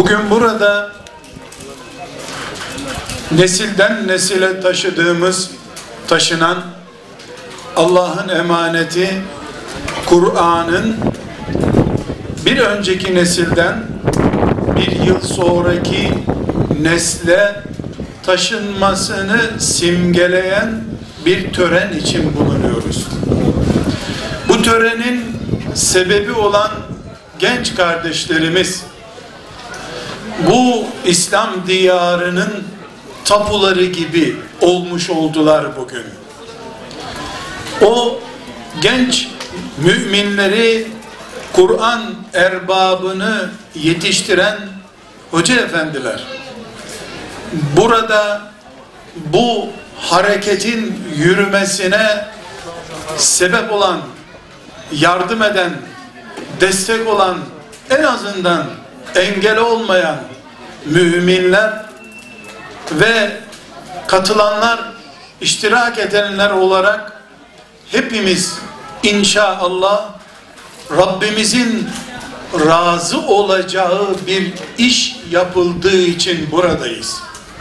Bugün burada nesilden nesile taşınan Allah'ın emaneti Kur'an'ın bir önceki nesilden bir yıl sonraki nesle taşınmasını simgeleyen bir tören için bulunuyoruz. Bu törenin sebebi olan genç kardeşlerimiz bu İslam diyarının tapuları gibi olmuş oldular bugün. O genç müminleri, Kur'an erbabını yetiştiren hoca efendiler, burada bu hareketin yürümesine sebep olan, yardım eden, destek olan, en azından engel olmayan müminler ve katılanlar, iştirak edenler olarak hepimiz inşallah Rabbimizin razı olacağı bir iş yapıldığı için buradayız.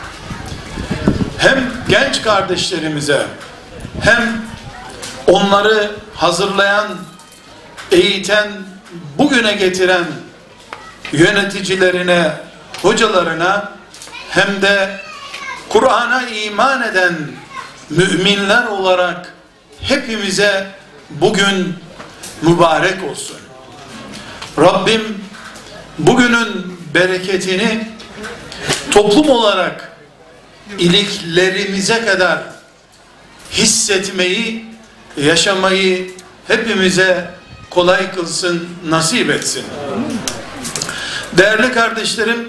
Hem genç kardeşlerimize hem onları hazırlayan, eğiten, bugüne getiren yöneticilerine, hocalarına hem de Kur'an'a iman eden müminler olarak hepimize bugün mübarek olsun. Rabbim bugünün bereketini toplum olarak iliklerimize kadar hissetmeyi, yaşamayı hepimize kolay kılsın, nasip etsin. Değerli kardeşlerim,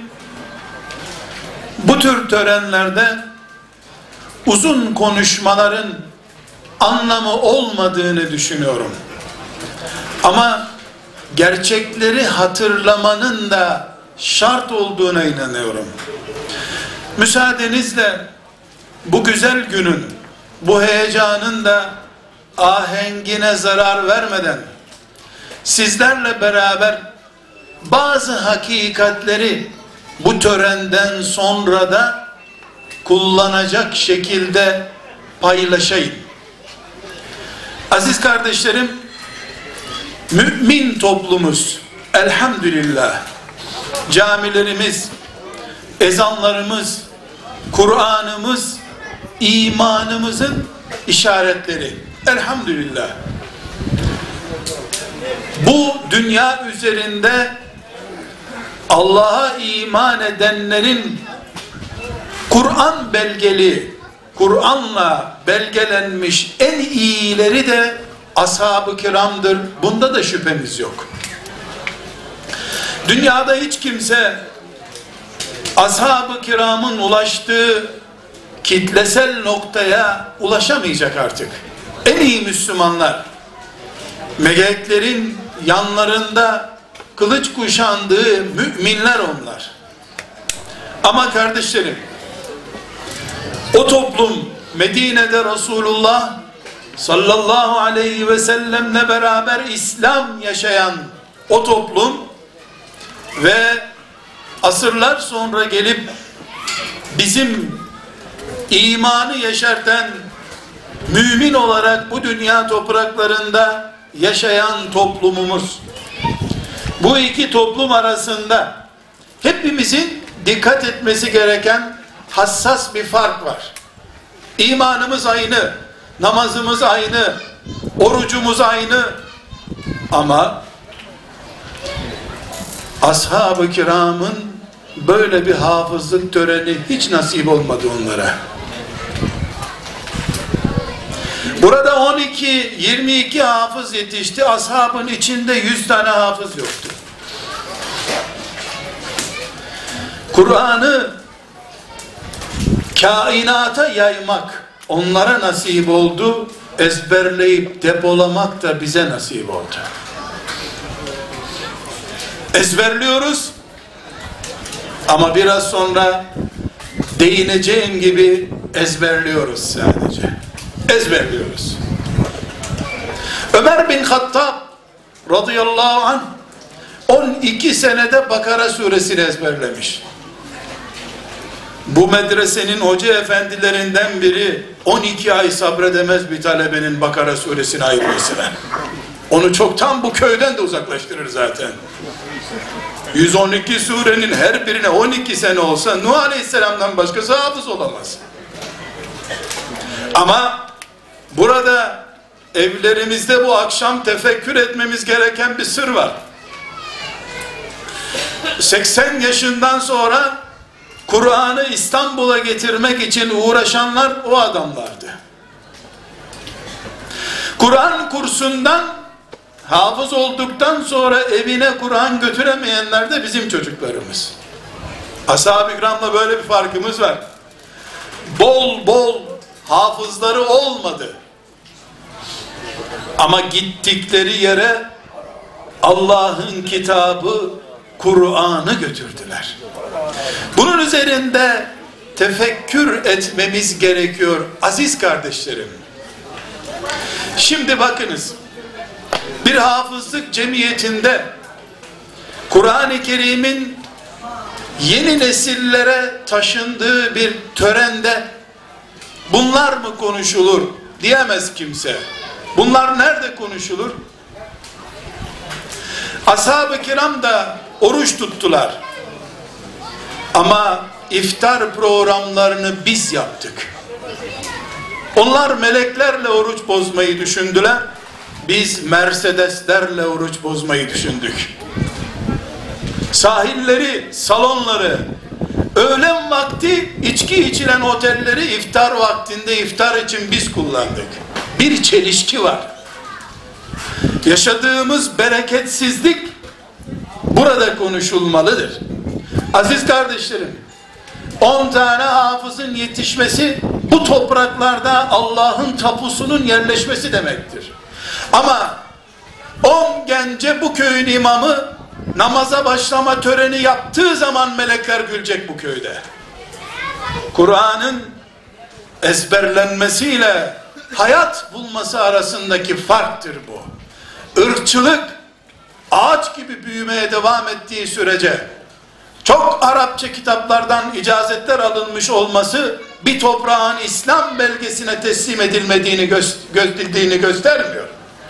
bu tür törenlerde uzun konuşmaların anlamı olmadığını düşünüyorum. Ama gerçekleri hatırlamanın da şart olduğuna inanıyorum. Müsaadenizle bu güzel günün, bu heyecanın da ahengine zarar vermeden sizlerle beraber bazı hakikatleri bu törenden sonra da kullanacak şekilde paylaşayım. Aziz kardeşlerim, mümin toplumuz elhamdülillah, camilerimiz, ezanlarımız, Kur'an'ımız, imanımızın işaretleri. Elhamdülillah. Bu dünya üzerinde Allah'a iman edenlerin Kur'an belgeli, Kur'an'la belgelenmiş en iyileri de ashab-ı kiramdır. Bunda da şüphemiz yok. Dünyada hiç kimse ashab-ı kiramın ulaştığı kitlesel noktaya ulaşamayacak artık. En iyi Müslümanlar, meleklerin yanlarında kılıç kuşandığı müminler onlar. Ama kardeşlerim, o toplum Medine'de Resulullah sallallahu aleyhi ve sellemle beraber İslam yaşayan o toplum ve asırlar sonra gelip bizim imanı yeşerten, mümin olarak bu dünya topraklarında yaşayan toplumumuz. Bu iki toplum arasında hepimizin dikkat etmesi gereken hassas bir fark var. İmanımız aynı, namazımız aynı, orucumuz aynı, ama ashab-ı kiramın böyle bir hafızlık töreni hiç nasip olmadı onlara. Burada 22 hafız yetişti. Ashabın içinde 100 tane hafız yoktu. Kur'an'ı kainata yaymak onlara nasip oldu. Ezberleyip depolamak da bize nasip oldu. Ezberliyoruz ama biraz sonra değineceğim gibi ezberliyoruz sadece. Ezberliyoruz. Ömer bin Hattab radıyallahu anh 12 senede Bakara suresini ezberlemiş. Bu medresenin hoca efendilerinden biri 12 ay sabredemez bir talebenin Bakara suresini ayırmasına. Onu çoktan bu köyden de uzaklaştırır zaten. 112 surenin her birine 12 sene olsa Nuh Aleyhisselam'dan başkası hafız olamaz. Ama burada evlerimizde bu akşam tefekkür etmemiz gereken bir sır var. 80 yaşından sonra Kur'an'ı İstanbul'a getirmek için uğraşanlar o adamlardı. Kur'an kursundan hafız olduktan sonra evine Kur'an götüremeyenler de bizim çocuklarımız. Ashab-ı kiramla böyle bir farkımız var. Bol bol hafızları olmadı. Ama gittikleri yere Allah'ın kitabı Kur'an'ı götürdüler. Bunun üzerinde tefekkür etmemiz gerekiyor aziz kardeşlerim. Şimdi bakınız, bir hafızlık cemiyetinde Kur'an-ı Kerim'in yeni nesillere taşındığı bir törende bunlar mı konuşulur diyemez kimse. Bunlar nerede konuşulur? Ashab-ı kiram da oruç tuttular. Ama iftar programlarını biz yaptık. Onlar meleklerle oruç bozmayı düşündüler. Biz Mercedeslerle oruç bozmayı düşündük. Sahilleri, salonları, öğlen vakti içki içilen otelleri iftar vaktinde iftar için biz kullandık. Bir çelişki var. Yaşadığımız bereketsizlik burada konuşulmalıdır. Aziz kardeşlerim, 10 tane hafızın yetişmesi bu topraklarda Allah'ın tapusunun yerleşmesi demektir. Ama 10 gence bu köyün imamı namaza başlama töreni yaptığı zaman melekler gülecek bu köyde. Kur'an'ın ezberlenmesiyle hayat bulması arasındaki farktır bu. Irkçılık ağaç gibi büyümeye devam ettiği sürece, çok Arapça kitaplardan icazetler alınmış olması bir toprağın İslam belgesine teslim edilmediğini göstermiyor.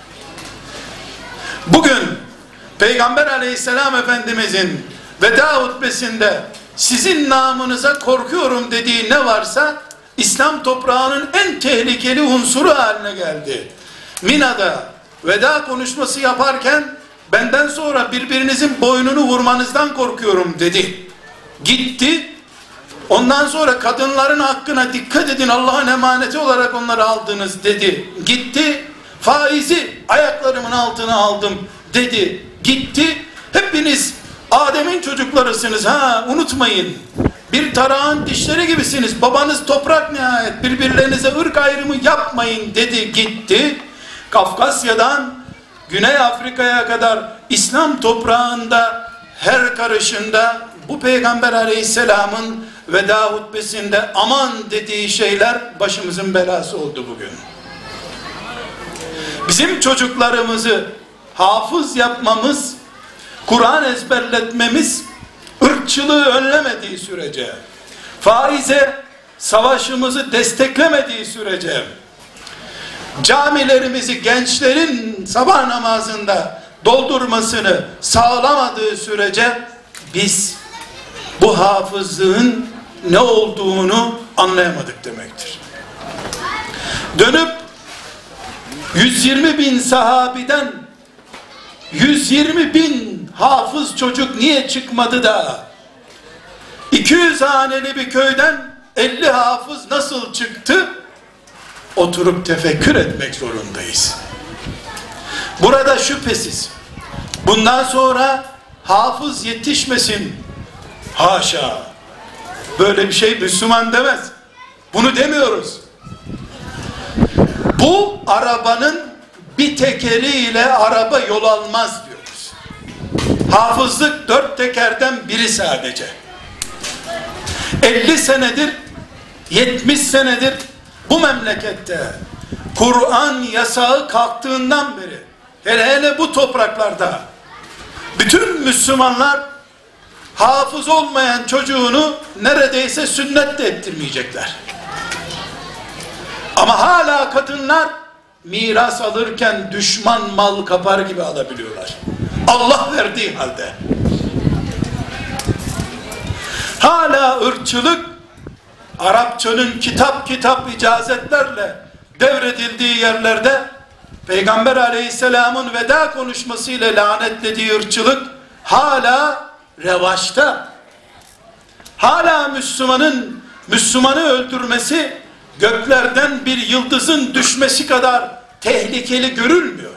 Bugün Peygamber Aleyhisselam Efendimizin veda hutbesinde sizin namınıza korkuyorum dediği ne varsa İslam toprağının en tehlikeli unsuru haline geldi. Mina'da veda konuşması yaparken benden sonra birbirinizin boynunu vurmanızdan korkuyorum dedi. Gitti. Ondan sonra kadınların hakkına dikkat edin, Allah'ın emaneti olarak onları aldınız dedi. Gitti. Faizi ayaklarımın altına aldım dedi. Gitti. Hepiniz Adem'in çocuklarısınız ha, unutmayın. Bir tarağın dişleri gibisiniz. Babanız toprak nihayet. Birbirlerinize ırk ayrımı yapmayın dedi. Gitti. Kafkasya'dan Güney Afrika'ya kadar İslam toprağında her karışında bu Peygamber Aleyhisselam'ın veda hutbesinde aman dediği şeyler başımızın belası oldu bugün. Bizim çocuklarımızı hafız yapmamız, Kur'an ezberletmemiz ırkçılığı önlemediği sürece, faize savaşımızı desteklemediği sürece, camilerimizi gençlerin sabah namazında doldurmasını sağlamadığı sürece biz bu hafızlığın ne olduğunu anlayamadık demektir. Dönüp 120 bin sahabiden 120 bin hafız çocuk niye çıkmadı da 200 haneli bir köyden 50 hafız nasıl çıktı? Oturup tefekkür etmek zorundayız. Burada şüphesiz bundan sonra hafız yetişmesin. Haşa. Böyle bir şey Müslüman demez. Bunu demiyoruz. Bu arabanın bir tekeriyle araba yol almaz diyoruz. Hafızlık 4 tekerden biri sadece. 50 senedir 70 senedir bu memlekette Kur'an yasağı kalktığından beri hele bu topraklarda bütün Müslümanlar hafız olmayan çocuğunu neredeyse sünnet de ettirmeyecekler. Ama hala kadınlar miras alırken düşman mal kapar gibi alabiliyorlar. Allah verdiği halde. Hala ırkçılık Arapçanın kitap icazetlerle devredildiği yerlerde Peygamber Aleyhisselam'ın veda konuşmasıyla lanetlediği ırkçılık hala revaçta. Hala Müslümanı öldürmesi göklerden bir yıldızın düşmesi kadar tehlikeli görülmüyor.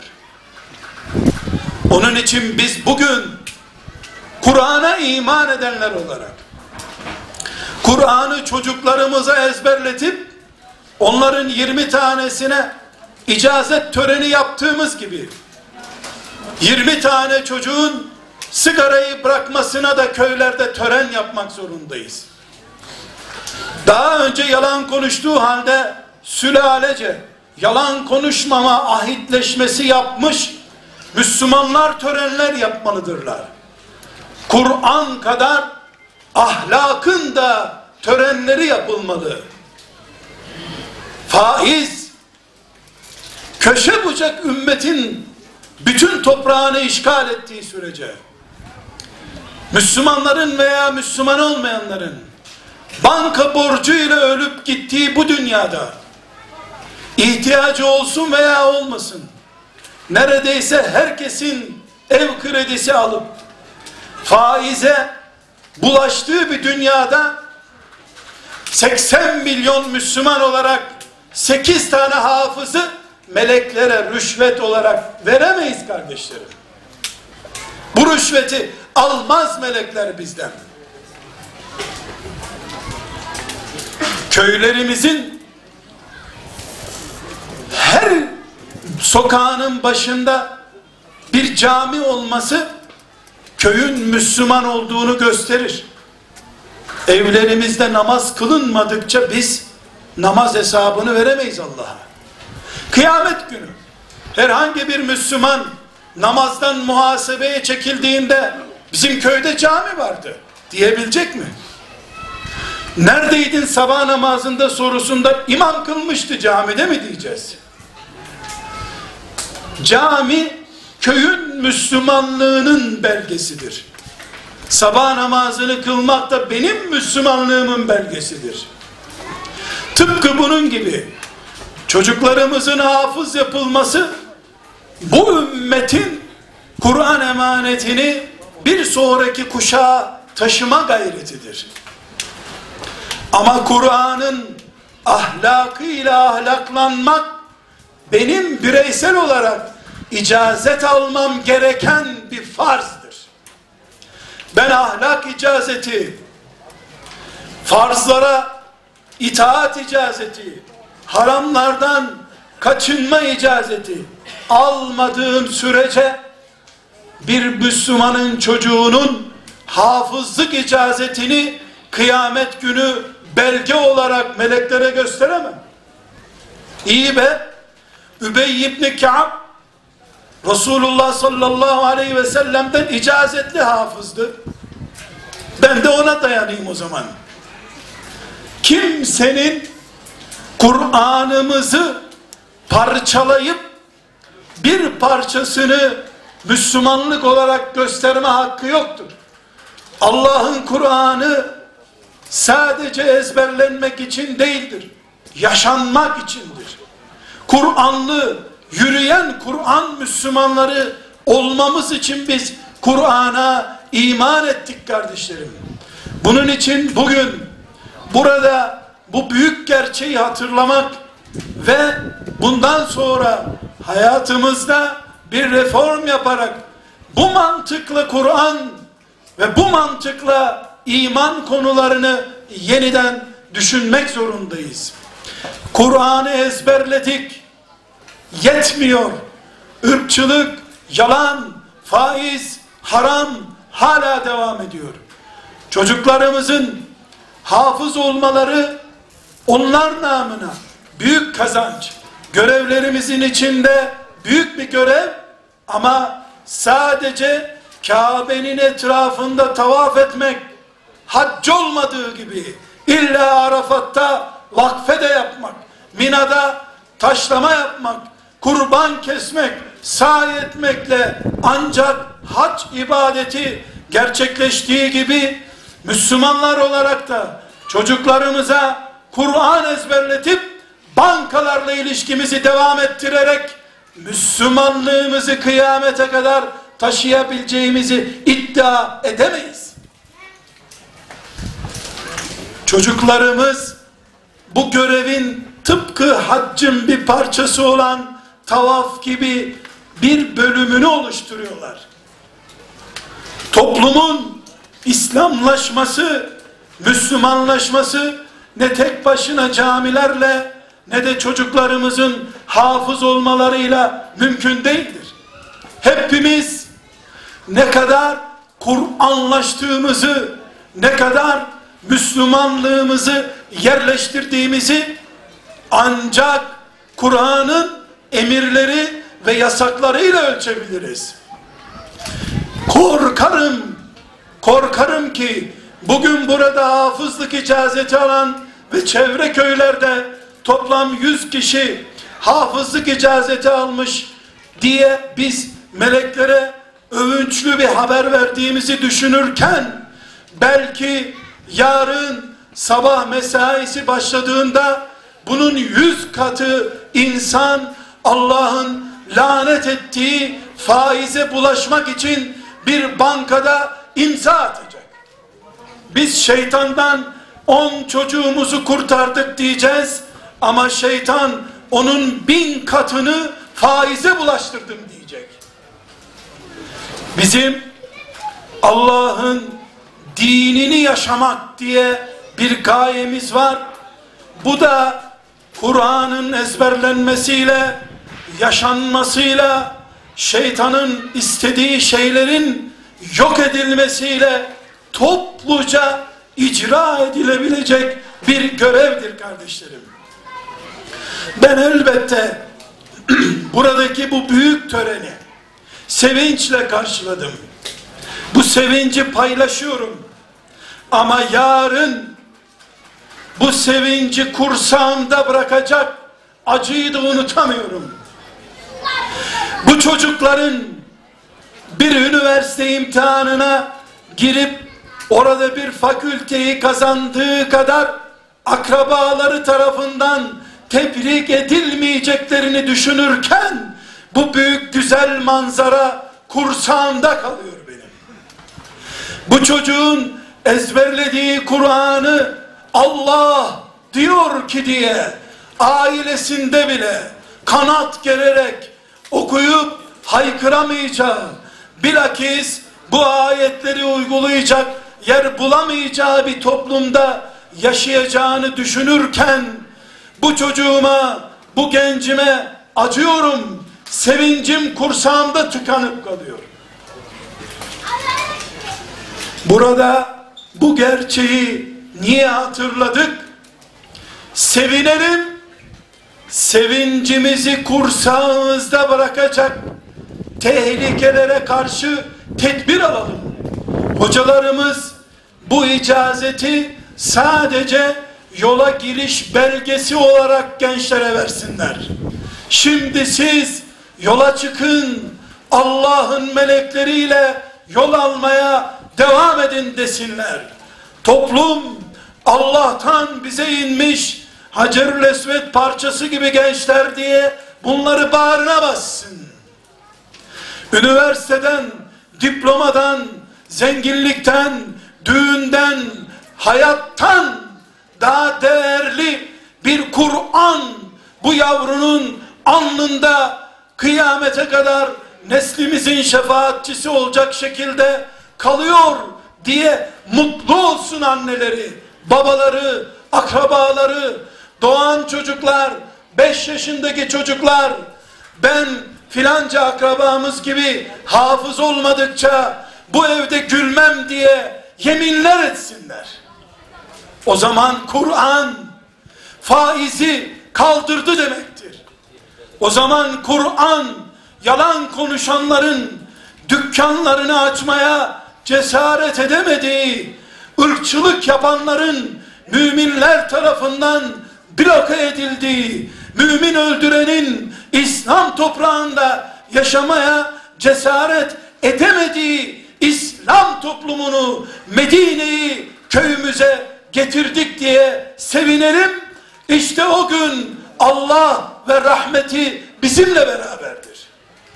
Onun için biz bugün Kur'an'a iman edenler olarak Kur'an'ı çocuklarımıza ezberletip onların 20 tanesine icazet töreni yaptığımız gibi 20 tane çocuğun sigarayı bırakmasına da köylerde tören yapmak zorundayız. Daha önce yalan konuştuğu halde sülalece yalan konuşmama ahitleşmesi yapmış Müslümanlar törenler yapmalıdırlar. Kur'an kadar ahlakın da törenleri yapılmalı. Faiz köşe bucak ümmetin bütün toprağını işgal ettiği sürece Müslümanların veya Müslüman olmayanların banka borcuyla ölüp gittiği bu dünyada ihtiyacı olsun veya olmasın neredeyse herkesin ev kredisi alıp faize bulaştığı bir dünyada 80 milyon Müslüman olarak 8 tane hafızı meleklere rüşvet olarak veremeyiz kardeşlerim. Bu rüşveti almaz melekler bizden. Köylerimizin her sokağının başında bir cami olması köyün Müslüman olduğunu gösterir. Evlerimizde namaz kılınmadıkça biz namaz hesabını veremeyiz Allah'a. Kıyamet günü herhangi bir Müslüman namazdan muhasebeye çekildiğinde bizim köyde cami vardı diyebilecek mi? Neredeydin sabah namazında sorusunda imam kılmıştı camide mi diyeceğiz? Cami köyün Müslümanlığının belgesidir. Sabah namazını kılmak da benim Müslümanlığımın belgesidir. Tıpkı bunun gibi çocuklarımızın hafız yapılması bu ümmetin Kur'an emanetini bir sonraki kuşağa taşıma gayretidir. Ama Kur'an'ın ahlakıyla ahlaklanmak benim bireysel olarak icazet almam gereken bir farzdır. Ben ahlak icazeti, farzlara itaat icazeti, haramlardan kaçınma icazeti almadığım sürece bir Müslümanın çocuğunun hafızlık icazetini kıyamet günü belge olarak meleklere gösteremem. İyi be, Übey ibn Ka'b Resulullah sallallahu aleyhi ve sellem'den icazetli hafızdı. Ben de ona dayanayım o zaman. Kimsenin Kur'an'ımızı parçalayıp bir parçasını Müslümanlık olarak gösterme hakkı yoktur. Allah'ın Kur'an'ı sadece ezberlenmek için değildir. Yaşanmak içindir. Kur'anlı, yürüyen Kur'an Müslümanları olmamız için biz Kur'an'a iman ettik kardeşlerim. Bunun için bugün burada bu büyük gerçeği hatırlamak ve bundan sonra hayatımızda bir reform yaparak bu mantıkla Kur'an ve bu mantıkla iman konularını yeniden düşünmek zorundayız. Kur'an'ı ezberledik, yetmiyor. Irkçılık, yalan, faiz, haram hala devam ediyor. Çocuklarımızın hafız olmaları onlar namına büyük kazanç. Görevlerimizin içinde büyük bir görev ama sadece Kabe'nin etrafında tavaf etmek hac olmadığı gibi illa Arafat'ta vakfede yapmak, Mina'da taşlama yapmak, kurban kesmek, sa'i etmekle ancak hac ibadeti gerçekleştiği gibi Müslümanlar olarak da çocuklarımıza Kur'an ezberletip bankalarla ilişkimizi devam ettirerek Müslümanlığımızı kıyamete kadar taşıyabileceğimizi iddia edemeyiz. Çocuklarımız bu görevin tıpkı haccın bir parçası olan tavaf gibi bir bölümünü oluşturuyorlar. Toplumun İslamlaşması, Müslümanlaşması ne tek başına camilerle ne de çocuklarımızın hafız olmalarıyla mümkün değildir. Hepimiz ne kadar Kur'anlaştığımızı, ne kadar Müslümanlığımızı yerleştirdiğimizi ancak Kur'an'ın emirleri ve yasaklarıyla ölçebiliriz. Korkarım ki bugün burada hafızlık icazeti alan ve çevre köylerde toplam 100 kişi hafızlık icazeti almış diye biz meleklere övünçlü bir haber verdiğimizi düşünürken belki yarın sabah mesaisi başladığında bunun 100 katı insan Allah'ın lanet ettiği faize bulaşmak için bir bankada imza atacak. Biz şeytandan 10 çocuğumuzu kurtardık diyeceğiz ama şeytan onun 1000 katını faize bulaştırdım diyecek. Bizim Allah'ın dinini yaşamak diye bir gayemiz var. Bu da Kur'an'ın ezberlenmesiyle, yaşanmasıyla, şeytanın istediği şeylerin yok edilmesiyle topluca icra edilebilecek bir görevdir kardeşlerim. Ben elbette buradaki bu büyük töreni sevinçle karşıladım. Bu sevinci paylaşıyorum. Ama yarın bu sevinci kursağımda bırakacak acıyı da unutamıyorum. Bu çocukların bir üniversite imtihanına girip orada bir fakülteyi kazandığı kadar akrabaları tarafından tebrik edilmeyeceklerini düşünürken bu büyük güzel manzara kursağımda kalıyor benim. Bu çocuğun ezberlediği Kur'an'ı Allah diyor ki diye ailesinde bile kanat gererek okuyup haykıramayacağı, bilakis bu ayetleri uygulayacak yer bulamayacağı bir toplumda yaşayacağını düşünürken bu çocuğuma, bu gencime acıyorum. Sevincim kursağımda tıkanıp kalıyor. Burada bu gerçeği niye hatırladık? Sevinelim, sevincimizi kursağımızda bırakacak tehlikelere karşı tedbir alalım. Hocalarımız bu icazeti sadece yola giriş belgesi olarak gençlere versinler. Şimdi siz yola çıkın, Allah'ın melekleriyle yol almaya devam edin desinler. Toplum Allah'tan bize inmiş Hacerül Esved parçası gibi gençler diye bunları bağrına bassın. Üniversiteden, diplomadan, zenginlikten, düğünden, hayattan daha değerli bir Kur'an bu yavrunun alnında kıyamete kadar neslimizin şefaatçisi olacak şekilde kalıyor diye mutlu olsun anneleri, babaları, akrabaları, doğan çocuklar, 5 yaşındaki çocuklar. Ben filanca akrabamız gibi hafız olmadıkça bu evde gülmem diye yeminler etsinler. O zaman Kur'an faizi kaldırdı demektir. O zaman Kur'an yalan konuşanların, dükkanlarını açmaya cesaret edemediği, ırkçılık yapanların müminler tarafından bloke edildiği, mümin öldürenin İslam toprağında yaşamaya cesaret edemediği İslam toplumunu, Medine'yi köyümüze getirdik diye sevinelim. İşte o gün Allah ve rahmeti bizimle beraberdir.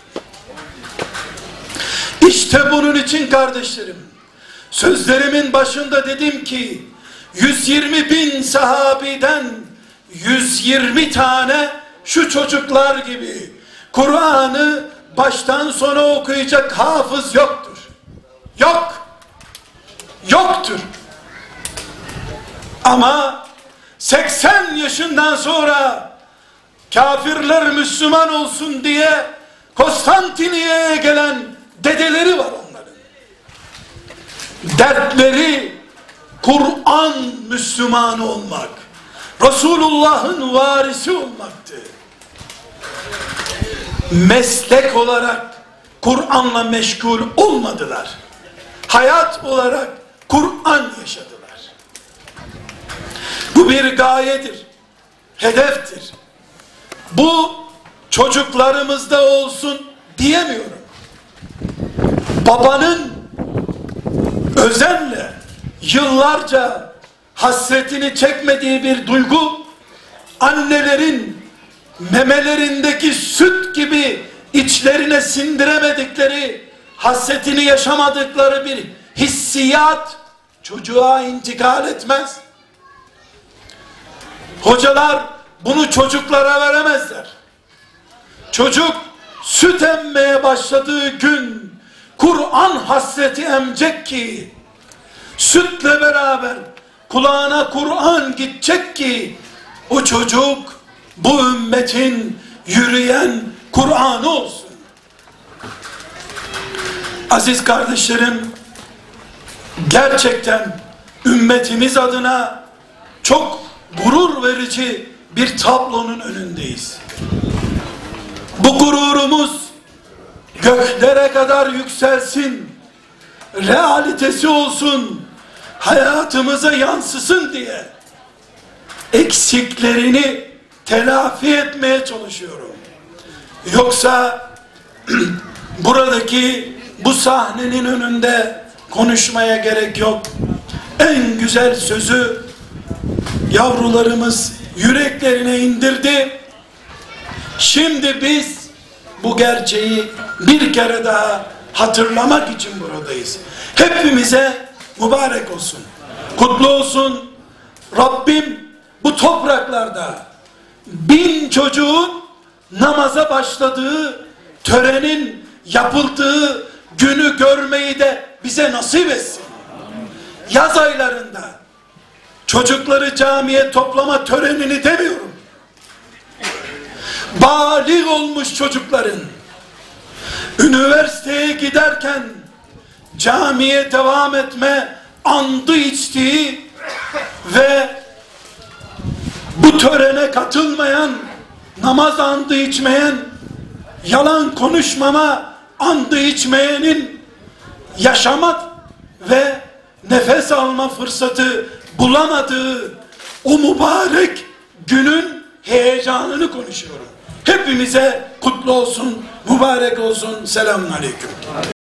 İşte bunun için kardeşlerim, sözlerimin başında dedim ki 120 bin sahabiden 120 tane şu çocuklar gibi Kur'an'ı baştan sona okuyacak hafız yoktur. Yok. Yoktur. Ama 80 yaşından sonra kafirler Müslüman olsun diye Konstantiniye'ye gelen dedeleri var onların. Dertleri Kur'an Müslümanı olmak, Resulullah'ın varisi olmaktı. Meslek olarak Kur'an'la meşgul olmadılar. Hayat olarak Kur'an yaşadılar. Bu bir gayedir, hedeftir. Bu çocuklarımızda olsun diyemiyorum. Babanın özenle yıllarca hasretini çekmediği bir duygu, annelerin memelerindeki süt gibi içlerine sindiremedikleri, hasretini yaşamadıkları bir hissiyat çocuğa intikal etmez. Hocalar bunu çocuklara veremezler. Çocuk süt emmeye başladığı gün Kur'an hasreti emecek ki, sütle beraber kulağına Kur'an gidecek ki o çocuk bu ümmetin yürüyen Kur'an'ı olsun. Aziz kardeşlerim, gerçekten ümmetimiz adına çok gurur verici bir tablonun önündeyiz. Bu gururumuz göklere kadar yükselsin, realitesi olsun, hayatımıza yansısın diye eksiklerini telafi etmeye çalışıyorum. Yoksa buradaki bu sahnenin önünde konuşmaya gerek yok. En güzel sözü yavrularımız yüreklerine indirdi. Şimdi biz bu gerçeği bir kere daha hatırlamak için buradayız. Hepimize mübarek olsun, kutlu olsun. Rabbim bu topraklarda 1000 çocuğun namaza başladığı, törenin yapıldığı günü görmeyi de bize nasip etsin. Yaz aylarında çocukları camiye toplama törenini demiyorum. Bâlig olmuş çocukların üniversiteye giderken camiye devam etme andı içtiği ve bu törene katılmayan, namaz andı içmeyen, yalan konuşmama andı içmeyenin yaşamak ve nefes alma fırsatı bulamadığı o mübarek günün heyecanını konuşuyorum. Hepimize kutlu olsun, mübarek olsun. Selamun aleyküm.